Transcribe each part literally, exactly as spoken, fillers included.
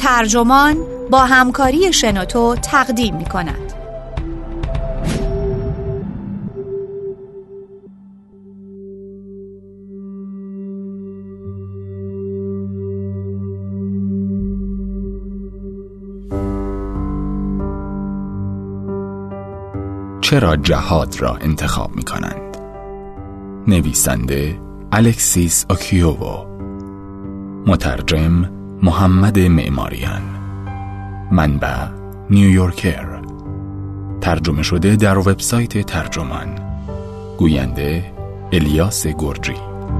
ترجمان با همکاری شنوتو تقدیم می کند. چرا جهاد را انتخاب می کنند؟ نویسنده الکسیس اوکیوو، مترجم محمد معماریان، منبع نیویورکر، ترجمه شده در وبسایت ترجمان، گوینده الیاس گرجی.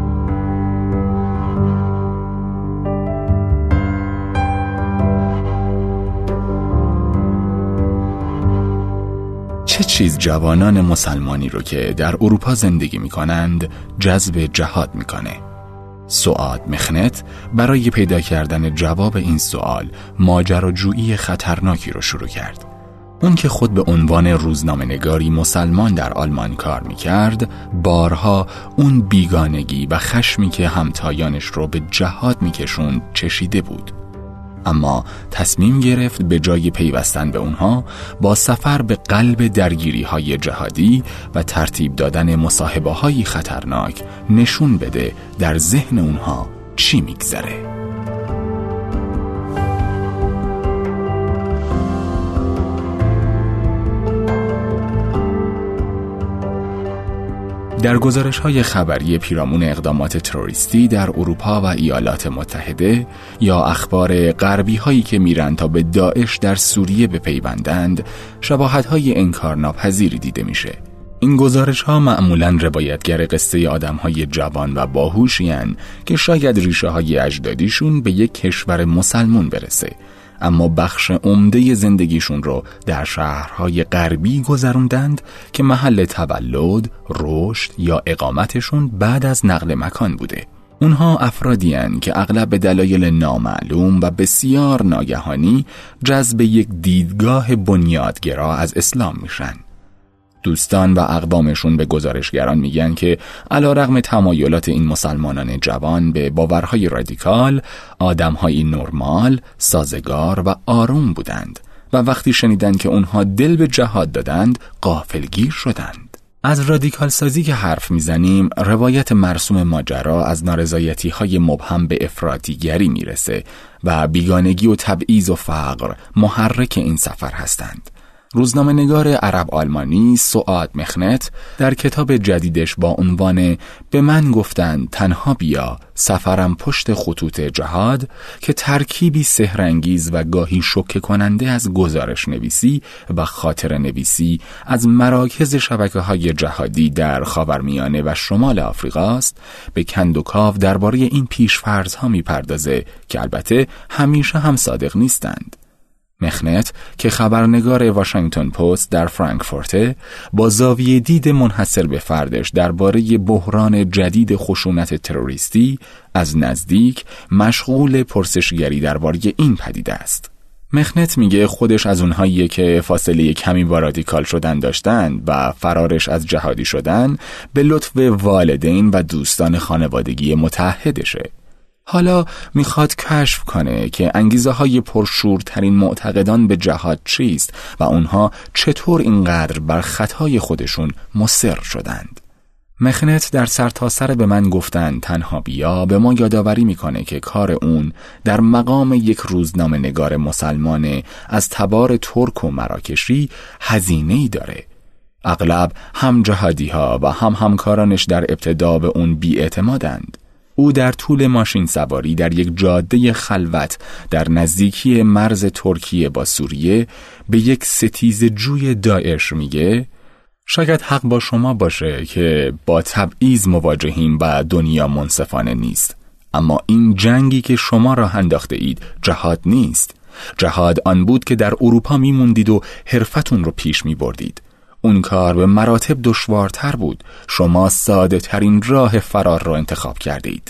چه چیز جوانان مسلمانی رو که در اروپا زندگی می کنند جذب جهاد می کنه؟ سعاد مخنت برای پیدا کردن جواب این سوال ماجراجویی خطرناکی رو شروع کرد. اون که خود به عنوان روزنامه‌نگاری مسلمان در آلمان کار می کرد، بارها اون بیگانگی و خشمی که همتایانش رو به جهاد می کشوند چشیده بود. اما تصمیم گرفت به جای پیوستن به اونها با سفر به قلب درگیری های جهادی و ترتیب دادن مصاحبه های خطرناک نشون بده در ذهن اونها چی میگذره. در گزارش‌های خبری پیرامون اقدامات تروریستی در اروپا و ایالات متحده یا اخبار غربی‌هایی که میرن تا به داعش در سوریه بپیوندند، شباهت‌های انکارناپذیری دیده میشه. این گزارش‌ها معمولاً روایتگر قصه آدم‌های جوان و باهوشی‌اند که شاید ریشه‌های اجدادیشون به یک کشور مسلمون برسه، اما بخش عمده زندگیشون رو در شهرهای غربی گذروندند که محل تولد، رشد یا اقامتشون بعد از نقل مکان بوده. اونها افرادی هستند که اغلب به دلایل نامعلوم و بسیار ناگهانی جذب یک دیدگاه بنیادگرا از اسلام میشن. دوستان و اقوامشون به گزارشگران میگن که علیرغم تمایلات این مسلمانان جوان به باورهای رادیکال، آدمهای نرمال، سازگار و آروم بودند و وقتی شنیدن که اونها دل به جهاد دادند، غافلگیر شدند. از رادیکال سازی که حرف میزنیم، روایت مرسوم ماجرا از نارضایتی‌های مبهم به افراطیگری میرسه و بیگانگی و تبعیض و فقر محرک این سفر هستند. روزنامه‌نگار عرب آلمانی سعاد مخنت در کتاب جدیدش با عنوان به من گفتند تنها بیا، سفرم پشت خطوط جهاد، که ترکیبی سحرانگیز و گاهی شوکه کننده از گزارش نویسی و خاطره نویسی از مراکز شبکه‌های جهادی در خاورمیانه و شمال آفریقاست، به کند و کاو درباره این پیش‌فرض‌ها می‌پردازه که البته همیشه هم صادق نیستند. مخنت که خبرنگار واشنگتن پست در فرانکفورت، با زاویه دید منحصر به فردش درباره بحران جدید خشونت تروریستی از نزدیک مشغول پرسشگری درباره این پدیده است. مخنت میگه خودش از اونهاییه که فاصله کمی با رادیکال شدن داشتن و فرارش از جهادی شدن به لطف والدین و دوستان خانوادگی متحدشه. حالا میخواد کشف کنه که انگیزه های پرشورترین معتقدان به جهاد چیست و اونها چطور اینقدر بر خطای خودشون مصر شدند. مخنت در سرتاسر به من گفتن تنها بیا به ما یادآوری میکنه که کار اون در مقام یک روزنامه نگار مسلمان از تبار ترک و مراکشی هزینه‌ای داره. اغلب هم جهادی ها و هم همکارانش در ابتدا به اون بی‌اعتمادند. او در طول ماشین سواری در یک جاده خلوت در نزدیکی مرز ترکیه با سوریه به یک ستیزه جوی داعش میگه شاید حق با شما باشه که با تبعیض مواجهیم و دنیا منصفانه نیست، اما این جنگی که شما راه انداخته اید جهاد نیست. جهاد آن بود که در اروپا میموندید و حرفتون رو پیش میبردید. اون کار به مراتب دشوارتر بود. شما ساده ترین راه فرار رو انتخاب کردید.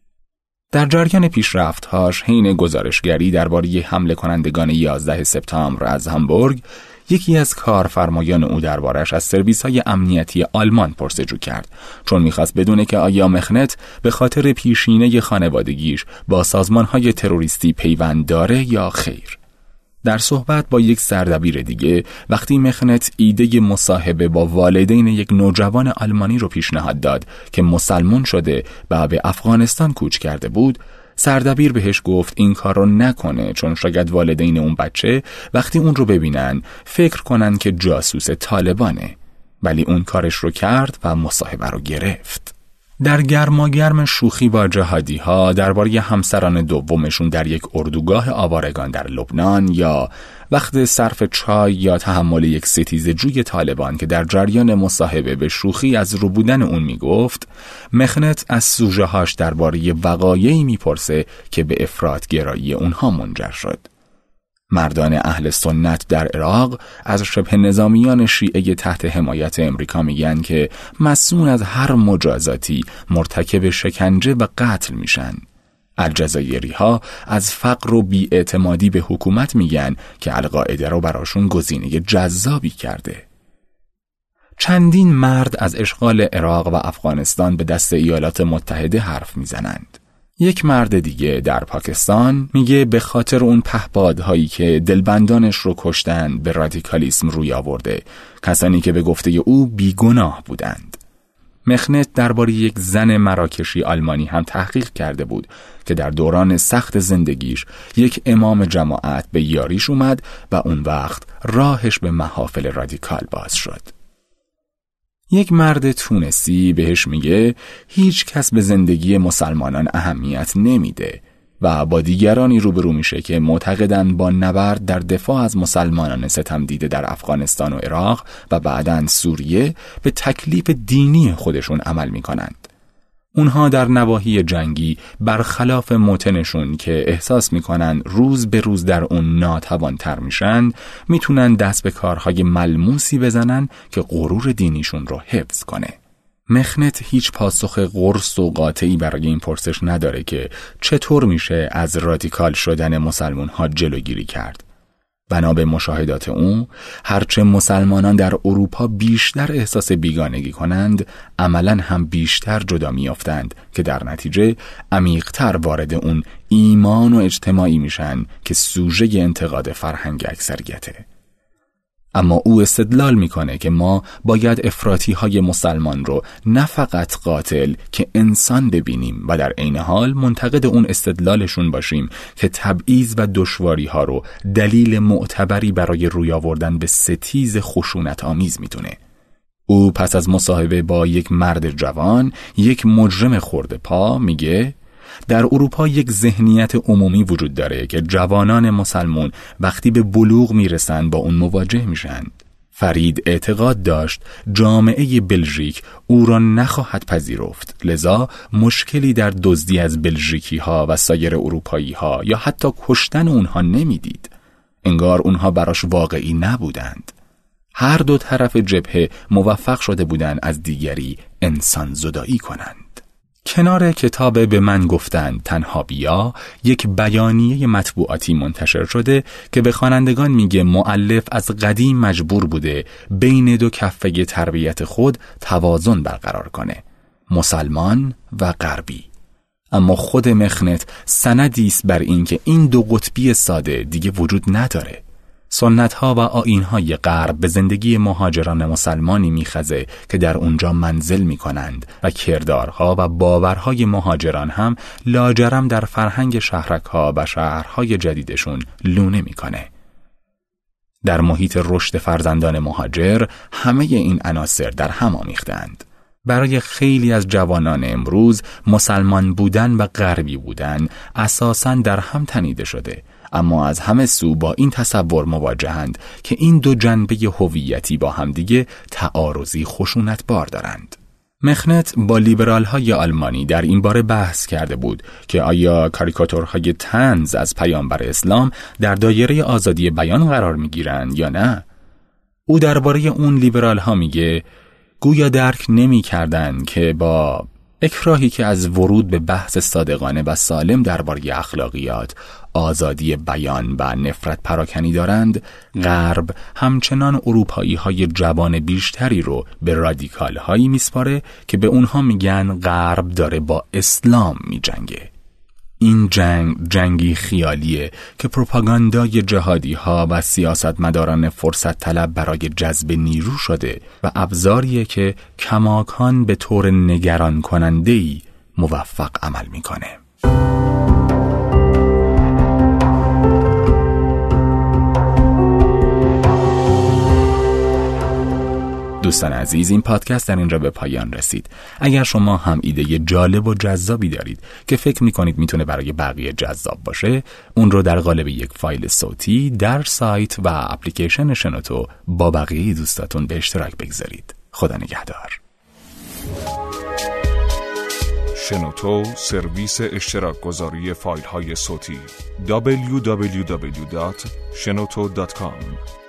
در جریان پیشرفت‌هاش حین گزارشگری درباره حمله کنندگان یازده سپتامبر از همبورگ، یکی از کارفرمایان او دربارش از سرویس‌های امنیتی آلمان پرسجو کرد، چون می‌خواست بدونه که آیا مخنت به خاطر پیشینه خانوادگیش با سازمان‌های تروریستی پیوند داره یا خیر. در صحبت با یک سردبیر دیگه، وقتی مخنت ایده مصاحبه با والدین یک نوجوان آلمانی رو پیشنهاد داد که مسلمان شده و به افغانستان کوچ کرده بود، سردبیر بهش گفت این کار رو نکنه، چون شاید والدین اون بچه وقتی اون رو ببینن فکر کنن که جاسوس طالبانه. ولی اون کارش رو کرد و مصاحبه رو گرفت. در گرماگرم شوخی با جهادی ها درباره همسران دومشون در یک اردوگاه آوارگان در لبنان، یا وقت صرف چای یا تحمل یک ستیزه جوی طالبان که در جریان مصاحبه به شوخی از رو بودن اون میگفت، مخنت از سوژه هاش درباره وقایعی میپرسه که به افراطگرایی اونها منجر شد. مردان اهل سنت در عراق از شبه نظامیان شیعه تحت حمایت امریکا میگن که مسئول از هر مجازاتی مرتکب شکنجه و قتل میشن. الجزایری ها از فقر و بی‌اعتمادی به حکومت میگن که القاعده رو براشون گزینه جذابی کرده. چندین مرد از اشغال عراق و افغانستان به دست ایالات متحده حرف میزنند. یک مرد دیگه در پاکستان میگه به خاطر اون پهپادهایی که دلبندانش رو کشتن به رادیکالیسم روی آورده، کسانی که به گفته او بیگناه بودند. مخنت درباره یک زن مراکشی آلمانی هم تحقیق کرده بود که در دوران سخت زندگیش یک امام جماعت به یاریش اومد و اون وقت راهش به محافل رادیکال باز شد. یک مرد تونسی بهش میگه هیچ کس به زندگی مسلمانان اهمیت نمیده و با دیگرانی روبرو میشه که معتقدن با نبرد در دفاع از مسلمانان ستم دیده در افغانستان و عراق و بعداً سوریه به تکلیف دینی خودشون عمل میکنند. اونها در نواحی جنگی برخلاف موطنشون که احساس میکنن روز به روز در اون ناتوانتر میشن، میتونن دست به کارهای ملموسی بزنن که غرور دینیشون رو حفظ کنه. مخنت هیچ پاسخ قرص و قاطعی برای این پرسش نداره که چطور میشه از رادیکال شدن مسلمان ها جلوگیری کرد. بنا به مشاهدات اون، هرچه مسلمانان در اروپا بیشتر احساس بیگانگی کنند، عملاً هم بیشتر جدا میافتند که در نتیجه عمیق‌تر وارد اون ایمان و اجتماعی میشن که سوژه انتقاد فرهنگ اکثریته. اما او استدلال میکنه که ما باید افراطی های مسلمان رو نه فقط قاتل که انسان ببینیم و در عین حال منتقد اون استدلالشون باشیم که تبعیض و دشواری ها رو دلیل معتبری برای روی آوردن به ستیز خشونت آمیز میدونه. او پس از مصاحبه با یک مرد جوان، یک مجرم خورده پا، میگه در اروپا یک ذهنیت عمومی وجود داره که جوانان مسلمون وقتی به بلوغ میرسن با اون مواجه میشن. فرید اعتقاد داشت جامعه بلژیک او را نخواهد پذیرفت، لذا مشکلی در دزدی از بلژیکی ها و سایر اروپایی ها یا حتی کشتن اونها نمیدید. انگار اونها براش واقعی نبودند. هر دو طرف جبهه موفق شده بودند از دیگری انسان زدایی کنند. کنار کتاب به من گفتند تنها بیا، یک بیانیه مطبوعاتی منتشر شده که به خوانندگان میگه مؤلف از قدیم مجبور بوده بین دو کفه تربیت خود توازن برقرار کنه، مسلمان و غربی. اما خود مخنت سندی است بر این که این دو قطبی ساده دیگه وجود نداره. سنت‌ها و آیین‌های غرب به زندگی مهاجران مسلمانی می‌خزه که در اونجا منزل می‌کنند و کردارها و باورهای مهاجران هم لاجرم در فرهنگ شهرک‌ها و شهرهای جدیدشون لونه می‌کنه. در محیط رشد فرزندان مهاجر همه این عناصر در هم آمیخته‌اند. برای خیلی از جوانان امروز مسلمان بودن و غربی بودن اساساً در هم تنیده شده، اما از همه سو با این تصور مواجهند که این دو جنبه هویتی با همدیگه تعارضی خشونت بار دارند. مخنت با لیبرال های آلمانی در این باره بحث کرده بود که آیا کاریکاتورهای طنز از پیامبر اسلام در دایره آزادی بیان قرار می گیرند یا نه؟ او درباره اون لیبرال ها میگه گویا درک نمی کردن که با اکراهی که از ورود به بحث صادقانه و سالم درباره اخلاقیات آزادی بیان و نفرت پراکنی دارند، غرب همچنان اروپایی های جوان بیشتری رو به رادیکال هایی میسپاره که به اونها میگن غرب داره با اسلام میجنگه. این جنگ جنگی خیالیه که پروپاگاندای جهادی ها و سیاستمداران فرصت طلب برای جذب نیرو شده و ابزاریه که کماکان به طور نگران کننده‌ای موفق عمل میکنه. دوستان عزیز، این پادکست در اینجا به پایان رسید. اگر شما هم ایده جالب و جذابی دارید که فکر میکنید میتونه برای بقیه جذاب باشه، اون رو در قالب یک فایل صوتی در سایت و اپلیکیشن شنوتو با بقیه دوستاتون به اشتراک بگذارید. خدا نگهدار. شنوتو، سرویس اشتراک گذاری فایل های صوتی. دبلیو دبلیو دبلیو دات شنوتو دات کام